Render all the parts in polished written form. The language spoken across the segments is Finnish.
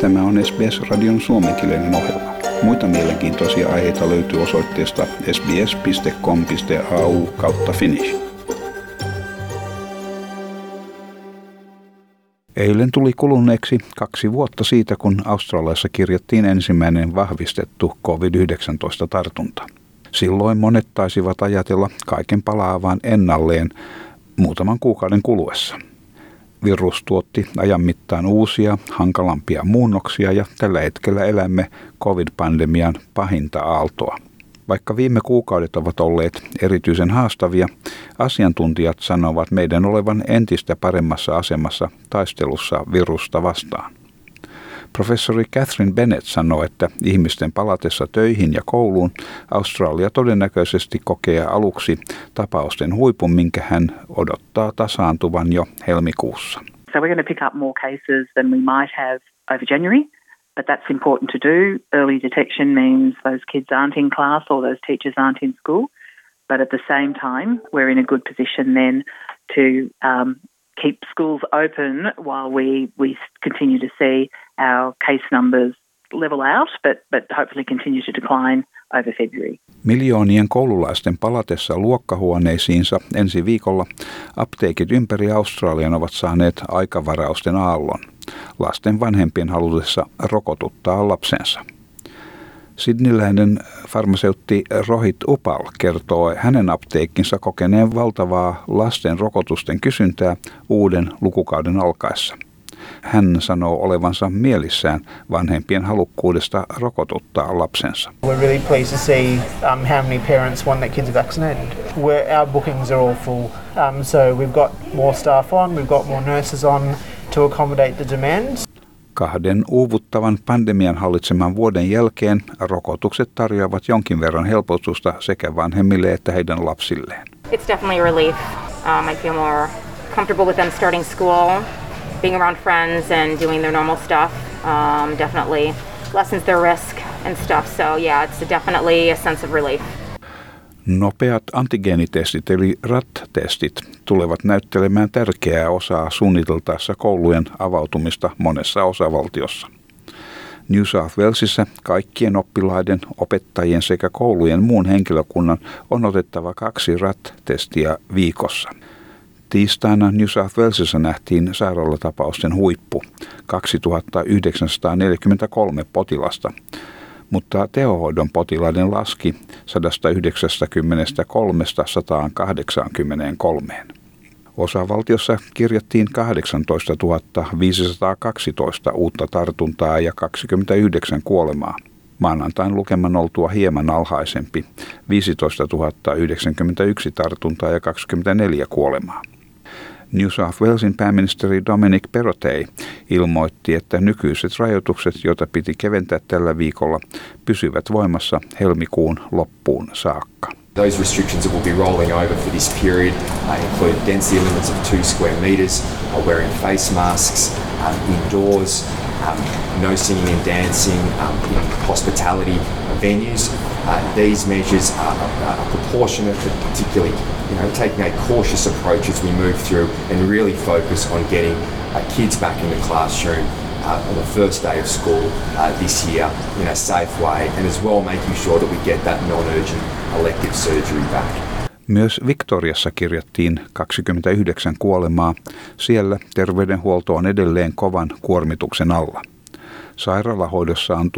Tämä on SBS-radion suomenkielinen ohjelma. Muita mielenkiintoisia aiheita löytyy osoitteesta sbs.com.au/finnish. Eilen tuli kuluneeksi 2 vuotta siitä, kun Australiassa kirjattiin ensimmäinen vahvistettu COVID-19-tartunta. Silloin monet taisivat ajatella kaiken palaavan ennalleen muutaman kuukauden kuluessa. Virus tuotti ajan mittaan uusia, hankalampia muunnoksia ja tällä hetkellä elämme COVID-pandemian pahinta aaltoa. Vaikka viime kuukaudet ovat olleet erityisen haastavia, asiantuntijat sanovat meidän olevan entistä paremmassa asemassa taistelussa virusta vastaan. Professori Catherine Bennett sanoo, että ihmisten palatessa töihin ja kouluun Australia todennäköisesti kokee aluksi tapausten huipun, minkä hän odottaa tasaantuvan jo helmikuussa. So we're going to pick up more cases than we might have over January, but that's important to do. Early detection means those kids aren't in class or those teachers aren't in school, but at the same time we're in a good position then to keep schools open while we continue to see our case numbers level out, but hopefully continue to decline over February. Miljoonien koululaisten palatessa luokkahuoneisiinsa ensi viikolla apteekit ympäri Australian ovat saaneet aikavarausten aallon lasten vanhempien halutessa rokotuttaa lapsensa. Sydneyläinen farmaseutti Rohit Upal kertoo hänen apteekkinsa kokeneen valtavaa lasten rokotusten kysyntää uuden lukukauden alkaessa. Hän sanoo olevansa mielissään vanhempien halukkuudesta rokotuttaa lapsensa. We're really pleased to see how many parents want their kids vaccinated. Our bookings are all full, so we've got more staff on, we've got more nurses on to accommodate the demand. 2 uuvuttavan pandemian hallitseman vuoden jälkeen rokotukset tarjoavat jonkin verran helpotusta sekä vanhemmille että heidän lapsilleen. It's definitely a relief. I feel more comfortable with them starting school, being around friends and doing their normal stuff. Definitely lessens their risk and stuff. So yeah, it's definitely a sense of relief. Nopeat antigeenitestit eli RAT-testit tulevat näyttelemään tärkeää osaa suunniteltaessa koulujen avautumista monessa osavaltiossa. New South Walesissa kaikkien oppilaiden, opettajien sekä koulujen muun henkilökunnan on otettava 2 RAT-testiä viikossa. Tiistaina New South Walesissa nähtiin sairaalatapausten huippu, 2943 potilasta, mutta tehohoidon potilaiden laski 193–183. Osavaltiossa kirjattiin 18 512 uutta tartuntaa ja 29 kuolemaa. Maanantain lukeman oltua hieman alhaisempi, 15 091 tartuntaa ja 24 kuolemaa. New South Walesin pääministeri Dominic Perrottet ilmoitti, että nykyiset rajoitukset, joita piti keventää tällä viikolla, pysyvät voimassa helmikuun loppuun saakka. Those restrictions that will be rolling over for this period include density limits of 2 square metres, wearing face masks, indoors, no singing and dancing in hospitality venues. These measures are proportionate, but particularly taking a cautious approach as we move through and really focus on getting kids back in the classroom on the first day of school this year in a safe way, and as well making sure that we get that non-urgent elective surgery back. Myös Victoriassa kirjattiin 29 kuolemaa. Siellä terveydenhuolto on edelleen kovan kuormituksen alla. Sairaalahoidossa on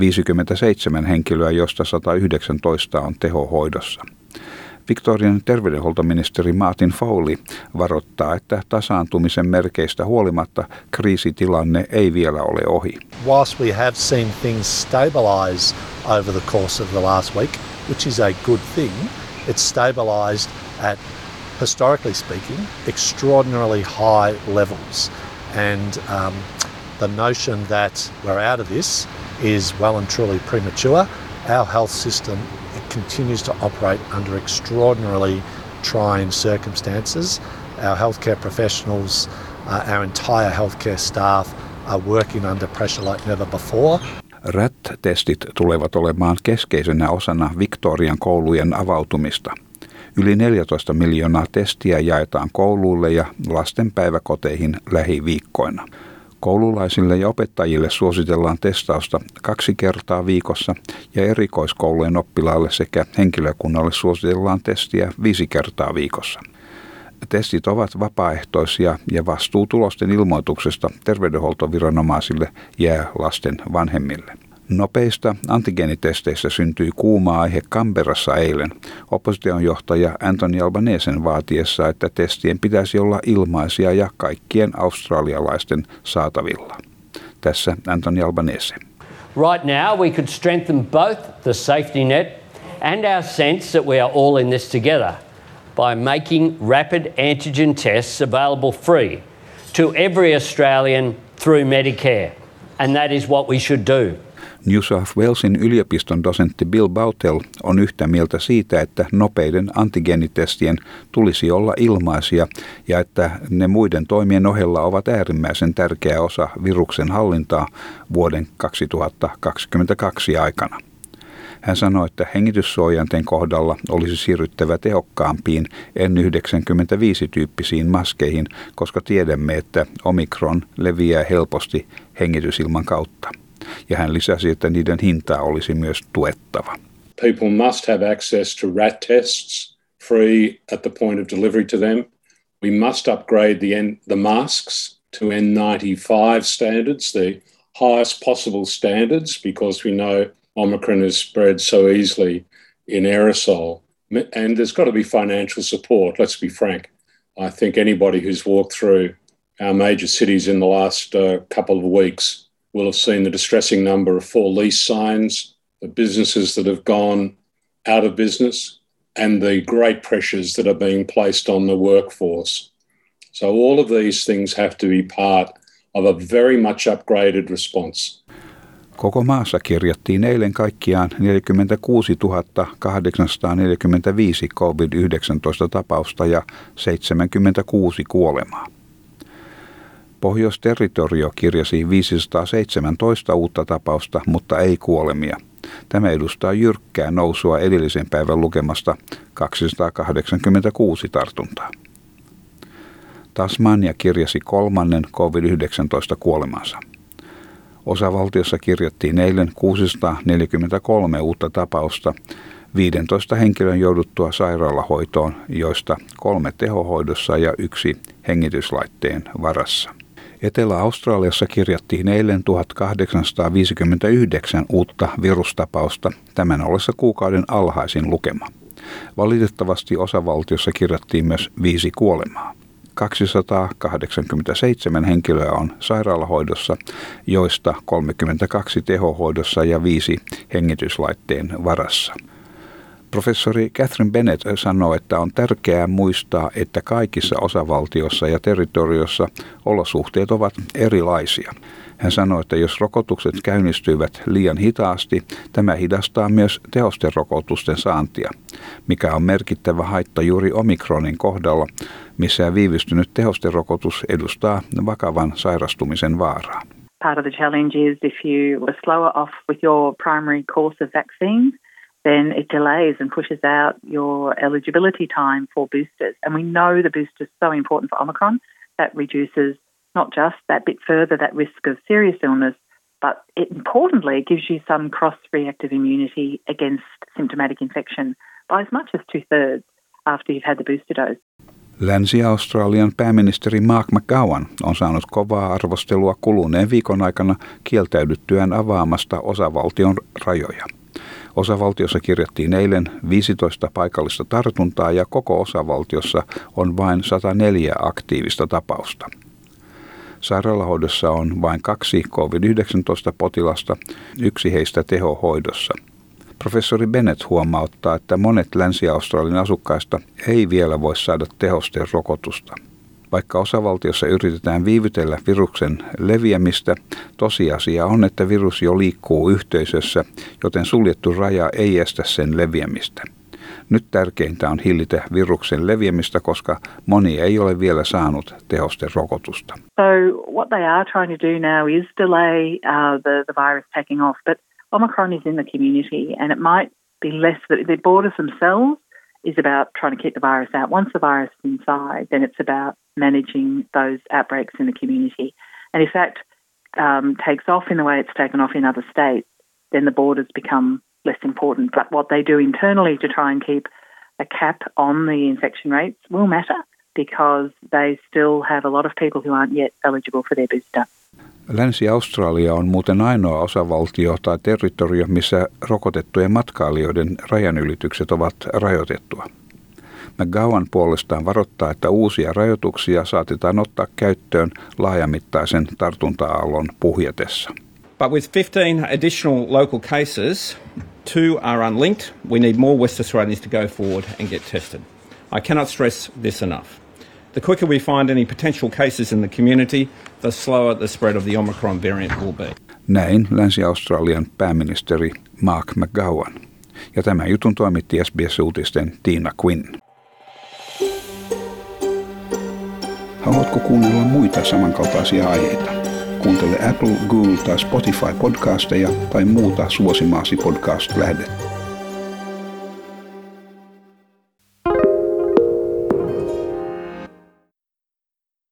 1057 henkilöä, josta 119 on tehohoidossa. Victorian terveydenhuoltoministeri Martin Foley varoittaa, että tasaantumisen merkeistä huolimatta kriisitilanne ei vielä ole ohi. Whilst we have seen things stabilise over the course of the last week, which is a good thing, it's stabilised at, historically speaking, extraordinarily high levels. And the notion that we're out of this is well and truly premature. Our health system continues to operate under extraordinarily trying circumstances. Our healthcare professionals, our entire healthcare staff are working under pressure like never before. RAT-testit tulevat olemaan keskeisenä osana Victorian koulujen avautumista. Yli 14 miljoonaa testiä jaetaan kouluille ja lasten päiväkoteihin lähiviikkoina. Koululaisille ja opettajille suositellaan testausta 2 kertaa viikossa ja erikoiskoulujen oppilaille sekä henkilökunnalle suositellaan testiä 5 kertaa viikossa. Testit ovat vapaaehtoisia ja vastuu tulosten ilmoituksesta terveydenhuoltoviranomaisille jää lasten vanhemmille. Nopeista antigeenitesteistä syntyi kuuma aihe Canberrassa eilen oppositionjohtaja Anthony Albanesen vaatiessa, että testien pitäisi olla ilmaisia ja kaikkien australialaisten saatavilla. Tässä Anthony Albanese. Right now we could strengthen both the safety net and our sense that we are all in this together by making rapid antigen tests available free to every Australian through Medicare. And that is what we should do. New South Walesin yliopiston dosentti Bill Bautel on yhtä mieltä siitä, että nopeiden antigeenitestien tulisi olla ilmaisia ja että ne muiden toimien ohella ovat äärimmäisen tärkeä osa viruksen hallintaa vuoden 2022 aikana. Hän sanoi, että hengityssuojainten kohdalla olisi siirryttävä tehokkaampiin N95-tyyppisiin maskeihin, koska tiedämme, että Omikron leviää helposti hengitysilman kautta. Ja hän lisäsi, että niiden hintaa olisi myös tuettava. People must have access to RAT tests free at the point of delivery to them. We must upgrade the masks to N95 standards, the highest possible standards, because we know Omicron has spread so easily in aerosol. And there's got to be financial support, let's be frank. I think anybody who's walked through our major cities in the last couple of weeks will have seen the distressing number of for lease signs, the businesses that have gone out of business, and the great pressures that are being placed on the workforce. So all of these things have to be part of a very much upgraded response. Koko maassa kirjattiin eilen kaikkiaan 46 845 COVID-19-tapausta ja 76 kuolemaa. Pohjois-territorio kirjasi 517 uutta tapausta, mutta ei kuolemia. Tämä edustaa jyrkkää nousua edellisen päivän lukemasta 286 tartuntaa. Tasmania kirjasi 3. COVID-19 kuolemansa. Osavaltiossa kirjattiin eilen 643 uutta tapausta, 15 henkilön jouduttua sairaalahoitoon, joista 3 tehohoidossa ja 1 hengityslaitteen varassa. Etelä-Australiassa kirjattiin eilen 1859 uutta virustapausta, tämän ollessa kuukauden alhaisin lukema. Valitettavasti osavaltiossa kirjattiin myös 5 kuolemaa. 287 henkilöä on sairaalahoidossa, joista 32 tehohoidossa ja 5 hengityslaitteen varassa. Professori Catherine Bennett sanoo, että on tärkeää muistaa, että kaikissa osavaltioissa ja territoriossa olosuhteet ovat erilaisia. Hän sanoi, että jos rokotukset käynnistyvät liian hitaasti, tämä hidastaa myös tehosterokotusten saantia, mikä on merkittävä haitta juuri Omikronin kohdalla, missä viivystynyt tehosterokotus edustaa vakavan sairastumisen vaaraa. Part of the challenge is if you were slower off with your primary course of vaccines, then it delays and pushes out your eligibility time for boosters. And we know the booster is so important for Omicron. That reduces not just that bit further that risk of serious illness, but importantly it gives you some cross-reactive immunity against symptomatic infection by as much as 2/3 after you've had the booster dose. Länsi-Australian pääministeri Mark McGowan on saanut kovaa arvostelua kuluneen viikon aikana kieltäydyttyään avaamasta osavaltion rajoja. Osavaltiossa kirjattiin eilen 15 paikallista tartuntaa ja koko osavaltiossa on vain 104 aktiivista tapausta. Sairaalahoidossa on vain 2 COVID-19-potilasta, 1 heistä tehohoidossa. Professori Bennett huomauttaa, että monet Länsi-Australian asukkaista ei vielä voi saada tehosterokotusta. Vaikka osavaltiossa yritetään viivytellä viruksen leviämistä, tosiasia on, että virus jo liikkuu yhteisössä, joten suljettu raja ei estä sen leviämistä. Nyt tärkeintä on hillitä viruksen leviämistä, koska moni ei ole vielä saanut tehosterokotusta. So what they are trying to do now is delay the virus taking off, but Omicron is in the community and it might be less that the borders themselves is about trying to keep the virus out. Once the virus is inside, then it's about managing those outbreaks in the community. And in fact, takes off in the way it's taken off in other states, then the borders become less important. But what they do internally to try and keep a cap on the infection rates will matter, because they still have a lot of people who aren't yet eligible for their booster. Länsi-Australia on muuten ainoa osavaltio tai territorio, missä rokotettujen matkailijoiden rajanylitykset ovat rajoitettua. McGowan puolestaan varoittaa, että uusia rajoituksia saatetaan ottaa käyttöön laajamittaisen tartunta-aallon puhjetessa. But with 15 additional local cases, 2 are unlinked. We need more West Australians to go forward and get tested. I cannot stress this enough. The quicker we find any potential cases in the community, the slower the spread of the Omicron variant will be. Näin Länsi-Australian pääministeri Mark McGowan. Ja tämän jutun toimitti SBS-uutisten Tiina Quinn. Haluatko kuunnella muita samankaltaisia aiheita? Kuuntele Apple, Google tai Spotify podcasteja tai muuta suosimaasi podcast-lähdettä.